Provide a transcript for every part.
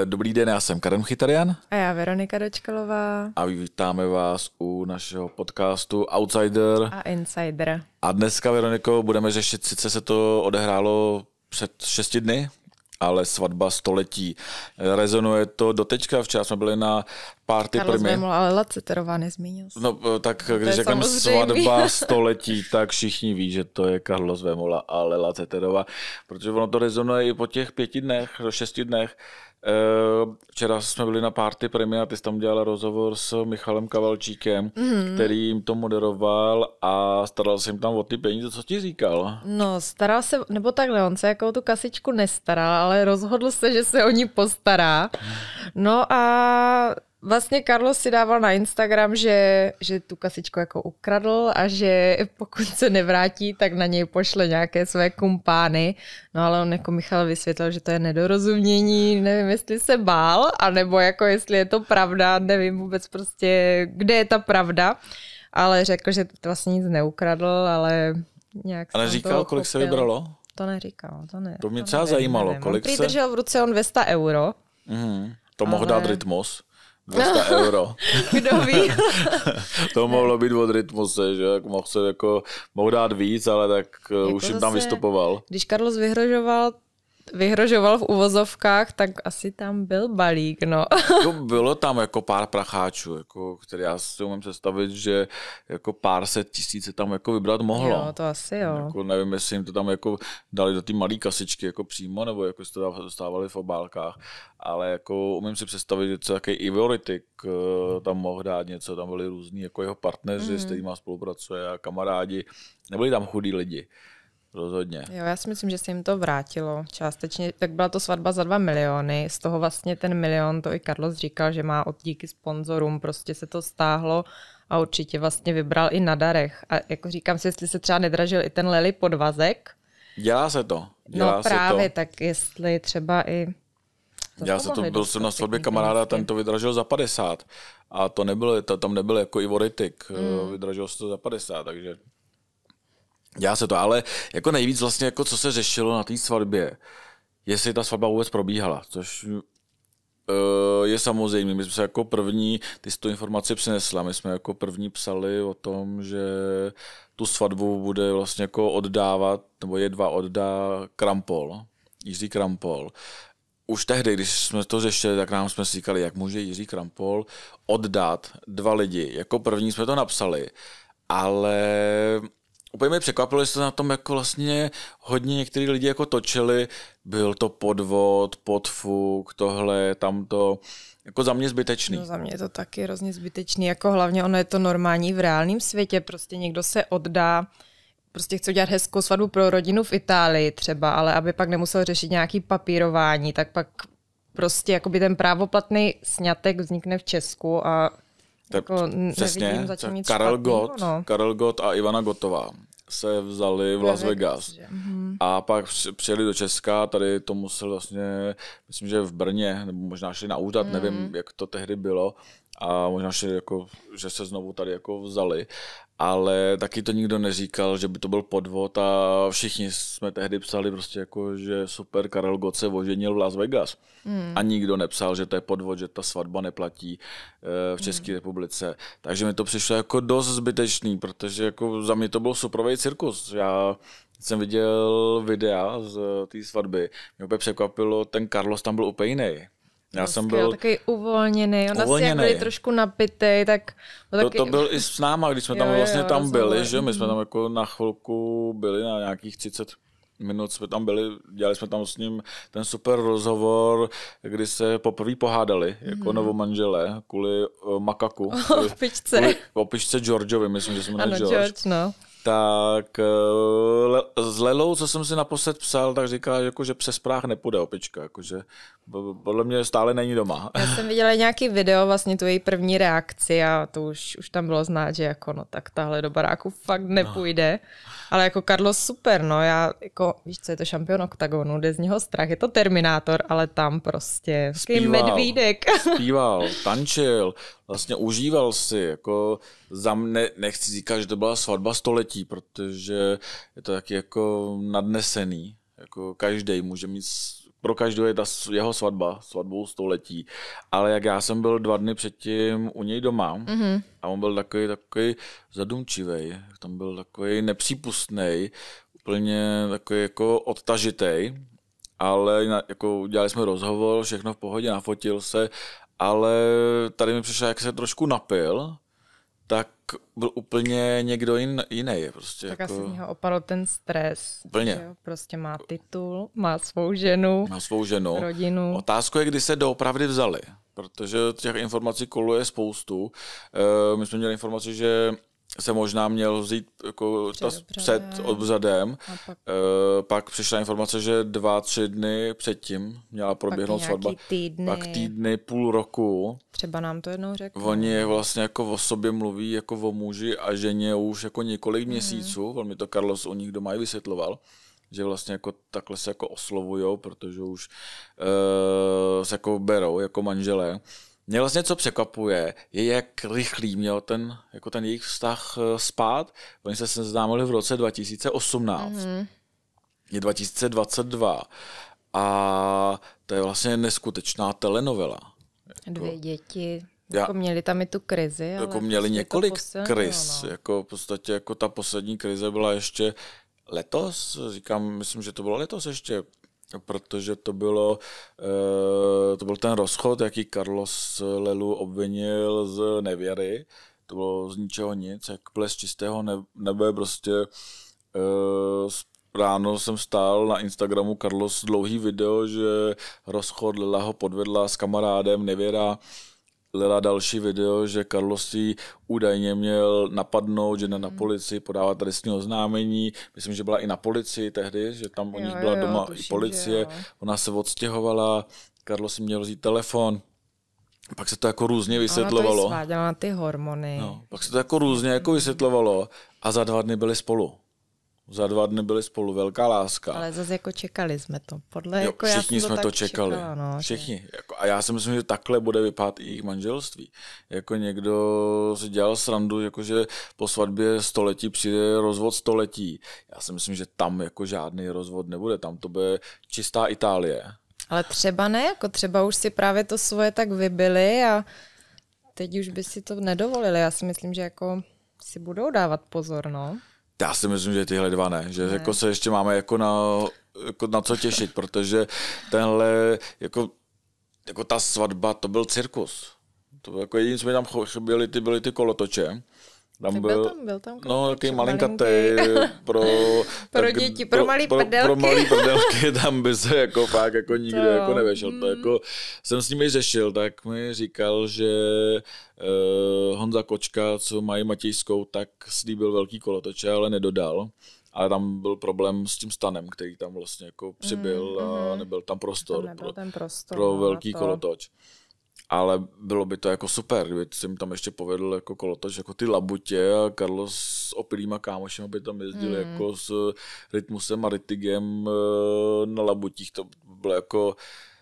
Dobrý den, já jsem Karel Mkhitaryan. A já Veronika Dočkalová. A vítáme vás u našeho podcastu Outsider a Insider. A dneska, Veroniko, budeme řešit, sice se to odehrálo před 6 dny, ale svatba století. Rezonuje to doteďka, včera jsme byli na party Carlos Primy. Vémola, ale Laceterová nezmínil se. No tak když řekneme svatba století, tak všichni ví, že to je Carlos Vémola a Lela Ceterová, protože ono to rezonuje i po těch 5 dnech, 6 dnech. Včera jsme byli na party Primy a ty jsi tam dělala rozhovor s Michalem Kavalčíkem, který jim to moderoval a staral se jim tam o ty peníze. Co ti říkal? No, staral se, nebo takhle, on se jako tu kasičku nestaral, ale rozhodl se, že se o ní postará. No a vlastně Carlos si dával na Instagram, že tu kasičku jako ukradl a že pokud se nevrátí, tak na něj pošle nějaké své kumpány. No ale on jako Michal vysvětlil, že to je nedorozumění, nevím, jestli se bál, anebo jako jestli je to pravda, nevím vůbec prostě, kde je ta pravda. Ale řekl, že to vlastně nic neukradl, ale nějak a neříkal, kolik se vybralo? To neříkal, to ne. To mě třeba zajímalo, nevím. kolik on se... držel v ruce on 200 euro. To mohl dát Rytmus. 200 euro. Kdo ví? To mohlo být od Rytmuse, že mohl dát víc, ale tak jako už jim tam vystupoval. Když Carlos vyhrožoval v uvozovkách, tak asi tam byl balík, no. Bylo tam jako pár pracháčů, jako, který já si umím představit, že jako pár set tisíc se tam jako vybrat mohlo. Jo, to asi jo. Jako, nevím, jestli jim to tam jako dali do té malé kasičky jako přímo, nebo jako si to dostávali v obálkách. Ale jako umím si představit, že třeba takový Ivoritik tam mohl dát něco, tam byli různí jako jeho partneři, s kterými spolupracuje a kamarádi. Nebyli tam chudí lidi. Rozhodně. Jo, já si myslím, že se jim to vrátilo částečně. Tak byla to svatba za 2 miliony. Z toho vlastně ten milion, to i Carlos říkal, že má od díky sponzorům, prostě se to stáhlo a určitě vlastně vybral i na darech. A jako říkám si, jestli se třeba nedražil i ten Lely podvazek. Dělá se to. No právě, tak jestli třeba i... Já se to byl jsem na svatbě kamaráda, ten to vydražil za 50. A to nebylo, tam nebyl jako Ivoritik. Vydražil se to za 50, takže... Dělá se to, ale jako nejvíc vlastně, jako co se řešilo na té svatbě, jestli ta svatba vůbec probíhala, což je samozřejmě. My jsme se jako první, ty jsi tu informaci přinesla, my jsme jako první psali o tom, že tu svatbu bude vlastně jako oddávat, nebo jedva oddá Krampol, Jiří Krampol. Už tehdy, když jsme to řešili, tak nám jsme si říkali, jak může Jiří Krampol oddat 2 lidi. Jako první jsme to napsali, ale... Úplně mě překvapilo, že se na tom jako vlastně hodně některý lidi jako točili, byl to podvod, podfuk, tohle, tamto, jako za mě zbytečný. No za mě je to taky hrozně zbytečný, jako hlavně ono je to normální v reálném světě, prostě někdo se oddá, prostě chce udělat hezkou svatbu pro rodinu v Itálii třeba, ale aby pak nemusel řešit nějaký papírování, tak pak prostě jakoby ten právoplatný sňatek vznikne v Česku a jako přesně, nic Karel Gott a Ivana Gottová se vzali v Las Vegas. A pak přijeli do Česka, tady to musel vlastně, myslím, že v Brně, nebo možná šli na úřad, nevím, jak to tehdy bylo, a možná šli jako, že se znovu tady jako vzali, ale taky to nikdo neříkal, že by to byl podvod a všichni jsme tehdy psali prostě jako, že super, Karel Gott se oženil v Las Vegas. A nikdo nepsal, že to je podvod, že ta svatba neplatí v České republice. Takže mi to přišlo jako dost zbytečný, protože jako za mě to byl superový cirkus. Já jsem viděl videa z té svatby. Mě úplně překvapilo, ten Carlos tam byl úplně jiný. Já jsem byl takový uvolněný, on asi jak byl trošku napitej, tak... To byl i s náma, když jsme tam vlastně tam byli, že my jsme tam jako na chvilku byli, na nějakých 30 minut jsme tam byli, dělali jsme tam s ním ten super rozhovor, kdy se poprvé pohádali, jako novomanželé, kvůli makaku. Kvůli opičce Georgeovi, myslím, že jsme jmenuje George. No. Tak s Lelou, co jsem si naposled psal, tak říká, jako, že přes práh nepůjde opička, jakože podle mě stále není doma. Já jsem viděla nějaký video, vlastně tu její první reakci a to už tam bylo znát, že jako no tak tahle do baráku fakt nepůjde. Ale jako Carlos super, no já jako, víš co, je to šampion oktagonu, jde z něho strach, je to Terminátor, ale tam prostě medvídek. Zpíval, tančil, vlastně užíval si, jako za mne, nechci říkat, že to byla svatba století, protože je to taky jako nadnesený, jako každý může mít pro každého je ta jeho svatba, svatbou století, ale jak já jsem byl 2 dny předtím u něj doma a on byl takový zadumčivej, tam byl takový nepřípustnej, úplně takový jako odtažitej, ale jako udělali jsme rozhovor, všechno v pohodě, nafotil se, ale tady mi přišlo, jak se trošku napil, tak byl úplně někdo jiný. Prostě tak jako... asi z něho opadl ten stres. Úplně. Jo? Prostě má titul, má svou ženu, rodinu. Otázka je, kdy se doopravdy vzali, protože těch informací koluje spoustu. My jsme měli informaci, že se možná měl vzít jako před obřadem. Pak přišla informace, že 2-3 dny předtím měla proběhnout svatba. Pak týdny, půl roku. Třeba nám to jednou řekl. Oni vlastně jako o sobě mluví jako o muži a ženě už jako několik měsíců. Velmi to Carlos u nich doma i vysvětloval, že vlastně jako takhle se jako oslovujou, protože už se jako berou jako manželé. Mě vlastně co překvapuje, je, jak rychlý měl ten jejich vztah spát. Oni se seznámili v roce 2018. Je 2022. A to je vlastně neskutečná telenovela. 2 děti. Jako měli tam i tu krizi. Jako měli několik kriz. Jako v podstatě jako ta poslední krize byla ještě letos. Myslím, že to bylo letos ještě. Protože to byl ten rozchod, jaký Carlos Lelu obvinil z nevěry. To bylo z ničeho nic, jak ples čistého nebe. Prostě ráno jsem stál na Instagramu Carlos dlouhý video, že rozchod, Lela ho podvedla s kamarádem, nevěra. Lela další video, že Carlos si údajně měl napadnout, že na policii podávat trestní oznámení. Myslím, že byla i na policii tehdy, že tam u nich byla doma i policie. Ona se odstěhovala, Carlos si měl vzít telefon. Pak se to jako různě vysvětlovalo. Ona to sváděla na ty hormony. No, pak se to jako různě jako vysvětlovalo a za 2 dny byli spolu. Za 2 dny byli spolu, velká láska. Ale zase jako čekali jsme to. Všichni jsme to čekali. Všichni. Jako, a já si myslím, že takhle bude vypadat i jejich manželství. Jako někdo si dělal srandu, jakože po svatbě století přijde rozvod století. Já si myslím, že tam jako žádný rozvod nebude. Tam to bude čistá Itálie. Ale třeba ne, jako třeba už si právě to svoje tak vybili a teď už by si to nedovolili. Já si myslím, že jako si budou dávat pozor, no. Já si myslím, že tyhle 2 ne. Že jako se ještě máme jako na co těšit, protože tenhle, jako ta svatba, to byl cirkus. To bylo jako jediné, co mi tam byly ty kolotoče. Tam byl tam takový malinkatý pro děti, pro malý prdelky. Pro malý prdelky tam by se jako fakt jako nikdo jako nevešel. To jako jsem s nimi řešil, tak mi říkal, že Honza Kočka, co mají Matějskou, tak slíbil velký kolotoče, ale nedodal. Ale tam byl problém s tím stanem, který tam vlastně jako přibyl a nebyl tam prostor pro velký kolotoč. Ale bylo by to jako super, kdyby jsem tam ještě povedl jako kolotoč, jako ty labutě a Carlos s opilýma kámošem by tam jezdili jako s Rytmusem a Rytigem na labutích. To bylo jako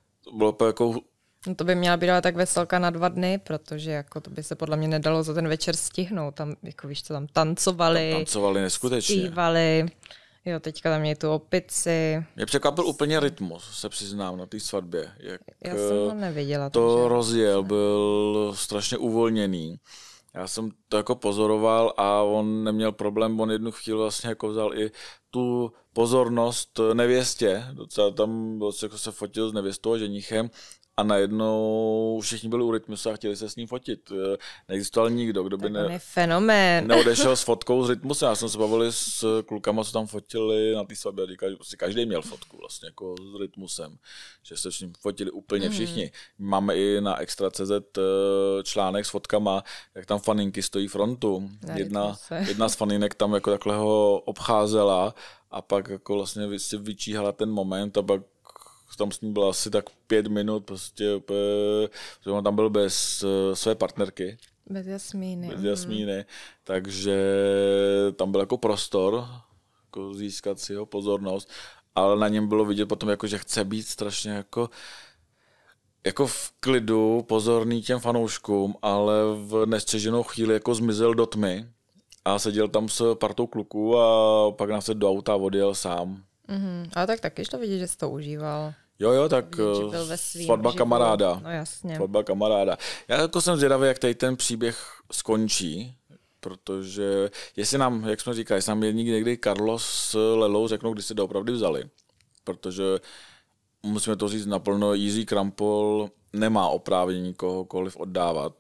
No to by měla být ale tak veselka na 2 dny, protože jako to by se podle mě nedalo za ten večer stihnout. Tam, jako víš co, tam tancovali neskutečně. Zpívali. Jo, teďka tam měli tu opici. Mě překvapil úplně Rytmus, se přiznám, na té svatbě. Já jsem ho neviděla. To rozjel, byl strašně uvolněný. Já jsem to jako pozoroval a on neměl problém, on jednu chvíli vlastně jako vzal i tu pozornost nevěstě. Docela tam jako se fotil s nevěstou a ženichem a najednou všichni byli u Rytmusu a chtěli se s ním fotit. Neexistoval nikdo, kdo by neodešel s fotkou s Rytmusem. Já jsem se bavil s klukama, co tam fotili na té svatbě a říkali, že prostě každý měl fotku vlastně jako s Rytmusem, že se s ním fotili úplně všichni. Máme i na Extra.cz článek s fotkama, jak tam faninky stojí frontu. Jedna z faninek tam jako takhle ho obcházela a pak jako vlastně si vyčíhala ten moment a pak tam s ním bylo asi tak 5 minut, prostě protože on tam byl bez své partnerky. Bez Jasmíny, takže tam byl jako prostor, jako získat si jeho pozornost, ale na něm bylo vidět potom, jako, že chce být strašně jako v klidu, pozorný těm fanouškům, ale v nestřeženou chvíli jako zmizel do tmy a seděl tam s partou kluků a pak nás do auta odjel sám. Ale tak taky to vidět, že jsi to užíval. Jo, tak svatba kamaráda. No jasně. Svatba kamaráda. Já jako jsem zvědavý, jak tady ten příběh skončí, protože jestli nám, jak jsme říkali, jestli nám někdy Carlos s Lelou řeknou, kdy se doopravdy vzali, protože musíme to říct naplno, Jiří Krampol nemá oprávnění kohokoliv oddávat.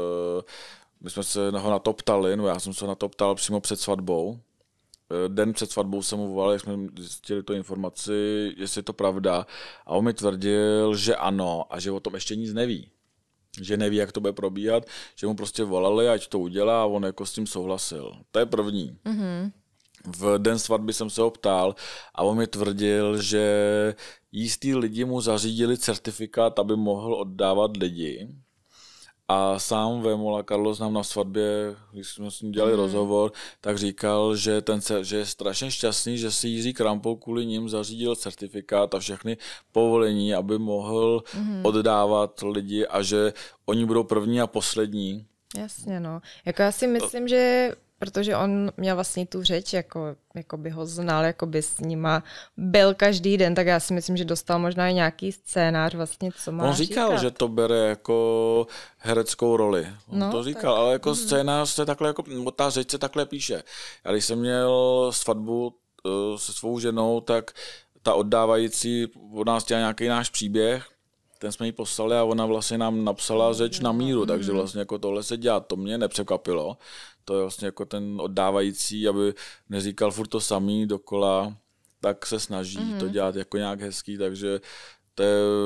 My jsme se ho na to ptali, já jsem se na to ptal přímo před svatbou. Den před svatbou jsem mu volal, jak jsme zjistili tu informaci, jestli je to pravda. A on mi tvrdil, že ano a že o tom ještě nic neví. Že neví, jak to bude probíhat, že mu prostě volali, ať to udělá a on jako s tím souhlasil. To je první. Mm-hmm. V den svatby jsem se ho ptal a on mi tvrdil, že jistý lidi mu zařídili certifikát, aby mohl oddávat lidi. A sám Vémola Carlos nám na svatbě, když jsme s ním dělali rozhovor, tak říkal, že je strašně šťastný, že si Jiří Krampol kvůli ním zařídil certifikát a všechny povolení, aby mohl oddávat lidi a že oni budou první a poslední. Jasně, no. Jako já si myslím, že protože on měl vlastně tu řeč, jako by ho znal, jako by s nima byl každý den, tak já si myslím, že dostal možná i nějaký scénář vlastně, co má On říkal, že to bere jako hereckou roli. On to říkal, ale jako scénář se takhle, jako, ta řeč se takhle píše. Já když jsem měl svatbu se svou ženou, tak ta oddávající od nás dělala nějaký náš příběh, ten jsme jí poslali a ona vlastně nám napsala řeč na míru, takže vlastně jako tohle se dělá, to mě nepřekvapilo. To je vlastně jako ten oddávající, aby neříkal furt to samý dokola, tak se snaží to dělat jako nějak hezký, takže to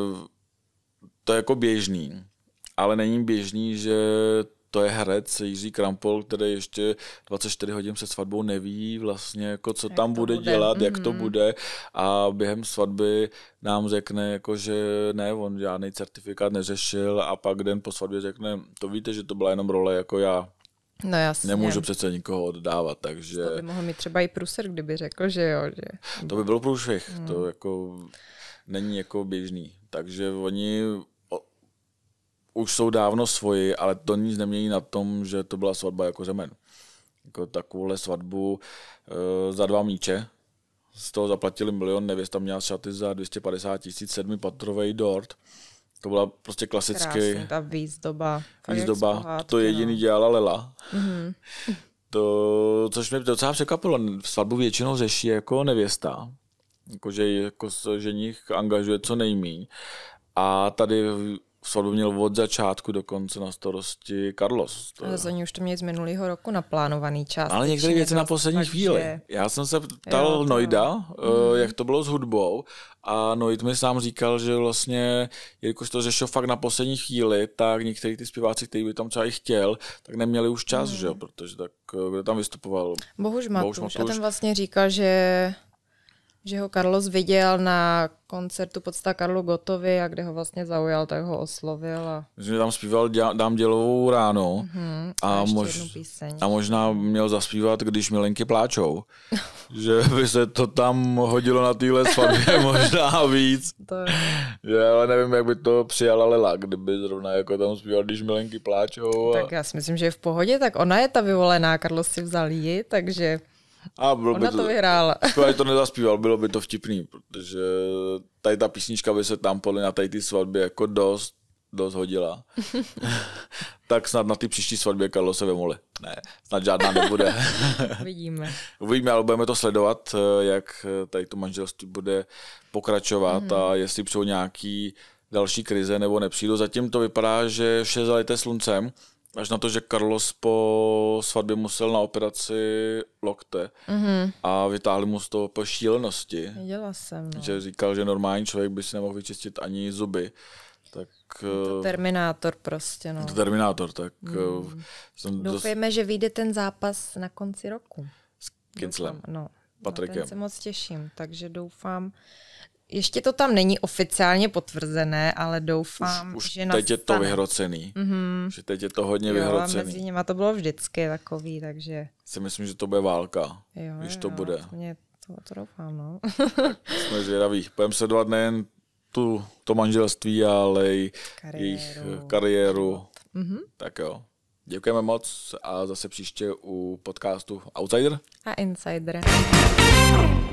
je jako běžný. Ale není běžný, že to je herec Jiří Krampol, který ještě 24 hodin před svatbou neví vlastně, jako co jak tam bude dělat, jak to bude a během svatby nám řekne, jako, že ne, on žádný certifikát neřešil a pak den po svatbě řekne, to víte, že to byla jenom role jako já. No jasně. Nemůžu přece nikoho oddávat, takže... To by mohl mít třeba i průser, kdyby řekl, že jo. Že... To by byl průšvih, to jako není jako běžný. Takže oni už jsou dávno svoji, ale to nic nemění na tom, že to byla svatba jako řemen. Jako takovouhle svatbu za 2 míče, z toho zaplatili 1 milion, nevěsta měla šaty za 250 000, 7patrový dort. To byla prostě klasicky... Krásný, ta výzdoba. To jediný dělala Lela. Mm-hmm. To, což mě docela překvapilo. Svatbu většinou řeší jako nevěsta. Jakože jako ženich angažuje co nejmíň. A tady svatbu měl od začátku do konce na starosti Carlos. Ale oni už to měli z minulého roku naplánovaný čas. Ale některé věci na poslední chvíli. Že... Já jsem se ptal Noida, jak to bylo s hudbou. A Noid mi sám říkal, že vlastně, jelikož to řešil fakt na poslední chvíli, tak některý ty zpěváci, který by tam třeba i chtěl, tak neměli už čas, že jo, protože tak, kdo tam vystupoval? Bohuž Matuš. A ten vlastně říkal, že ho Carlos viděl na koncertu Podsta Karlu Gottovi a kde ho vlastně zaujal, tak ho oslovil. Že tam zpíval Dám dělovou ráno a možná měl zaspívat, když milenky pláčou. Že by se to tam hodilo na téhle svatbě možná víc. Já ale nevím, jak by to přijala Lela, kdyby zrovna jako tam zpíval, když milenky pláčou. Tak já si myslím, že je v pohodě, tak ona je ta vyvolená, Carlos si vzal ji, takže... A ona to vyhrála. To nezaspíval, bylo by to vtipný, protože tady ta písnička by se tam podle na tady ty svatbě jako dost hodila. Tak snad na ty příští svatbě Carlos se Vémoly. Ne, snad žádná nebude. Uvidíme, ale budeme to sledovat, jak tady to manželství bude pokračovat a jestli přijdou nějaký další krize nebo nepřijdou. Zatím to vypadá, že vše zalité sluncem. Až na to, že Carlos po svatbě musel na operaci lokte a vytáhli mu z toho po šílenosti. Viděla jsem, no. Že říkal, že normální člověk by si nemohl vyčistit ani zuby. Tak, to Terminátor prostě, no. To Terminátor, tak... Doufejme, že vyjde ten zápas na konci roku. S Kinclem. No, Patrikem. Ten se moc těším, takže doufám... Ještě to tam není oficiálně potvrzené, ale doufám, už že teď je to vyhrocený. Že teď je to hodně vyhrocený. A mezi nimi to bylo vždycky takový, takže... Si myslím, že to bude válka, když to bude. To doufám, no. Jsme zvědaví. Budeme sledovat nejen to manželství, ale i jejich kariéru. Tak jo. Děkujeme moc a zase příště u podcastu Outsider a Insider.